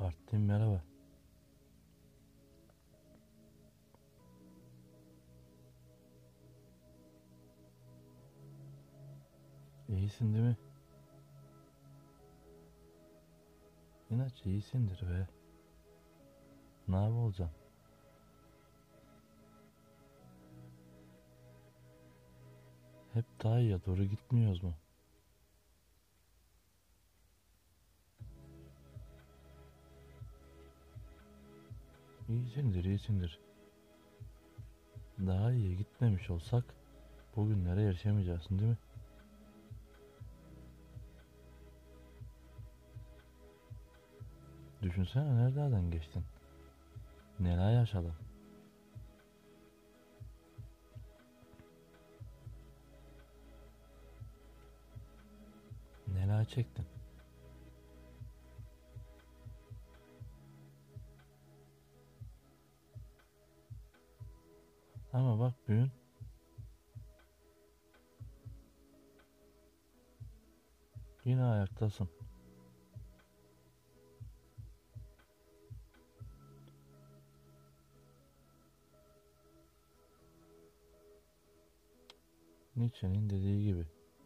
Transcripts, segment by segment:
Arttin merhaba. İyisin değil mi? İnaç iyisindir be. Ne yapacaksın? Hep daha iyiye doğru gitmiyoruz mu? İyisindir. Daha iyiye gitmemiş olsak bugünlere erişemeyeceksin değil mi? Düşünsene nerelerden geçtin? Neler yaşadın? Neler çektin? Ama bak bugün yine ayaktasın. Nietzsche'nin dediği gibi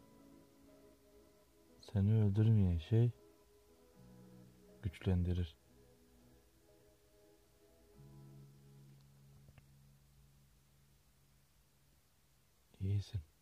seni öldürmeyen şey güçlendirir. İyisin.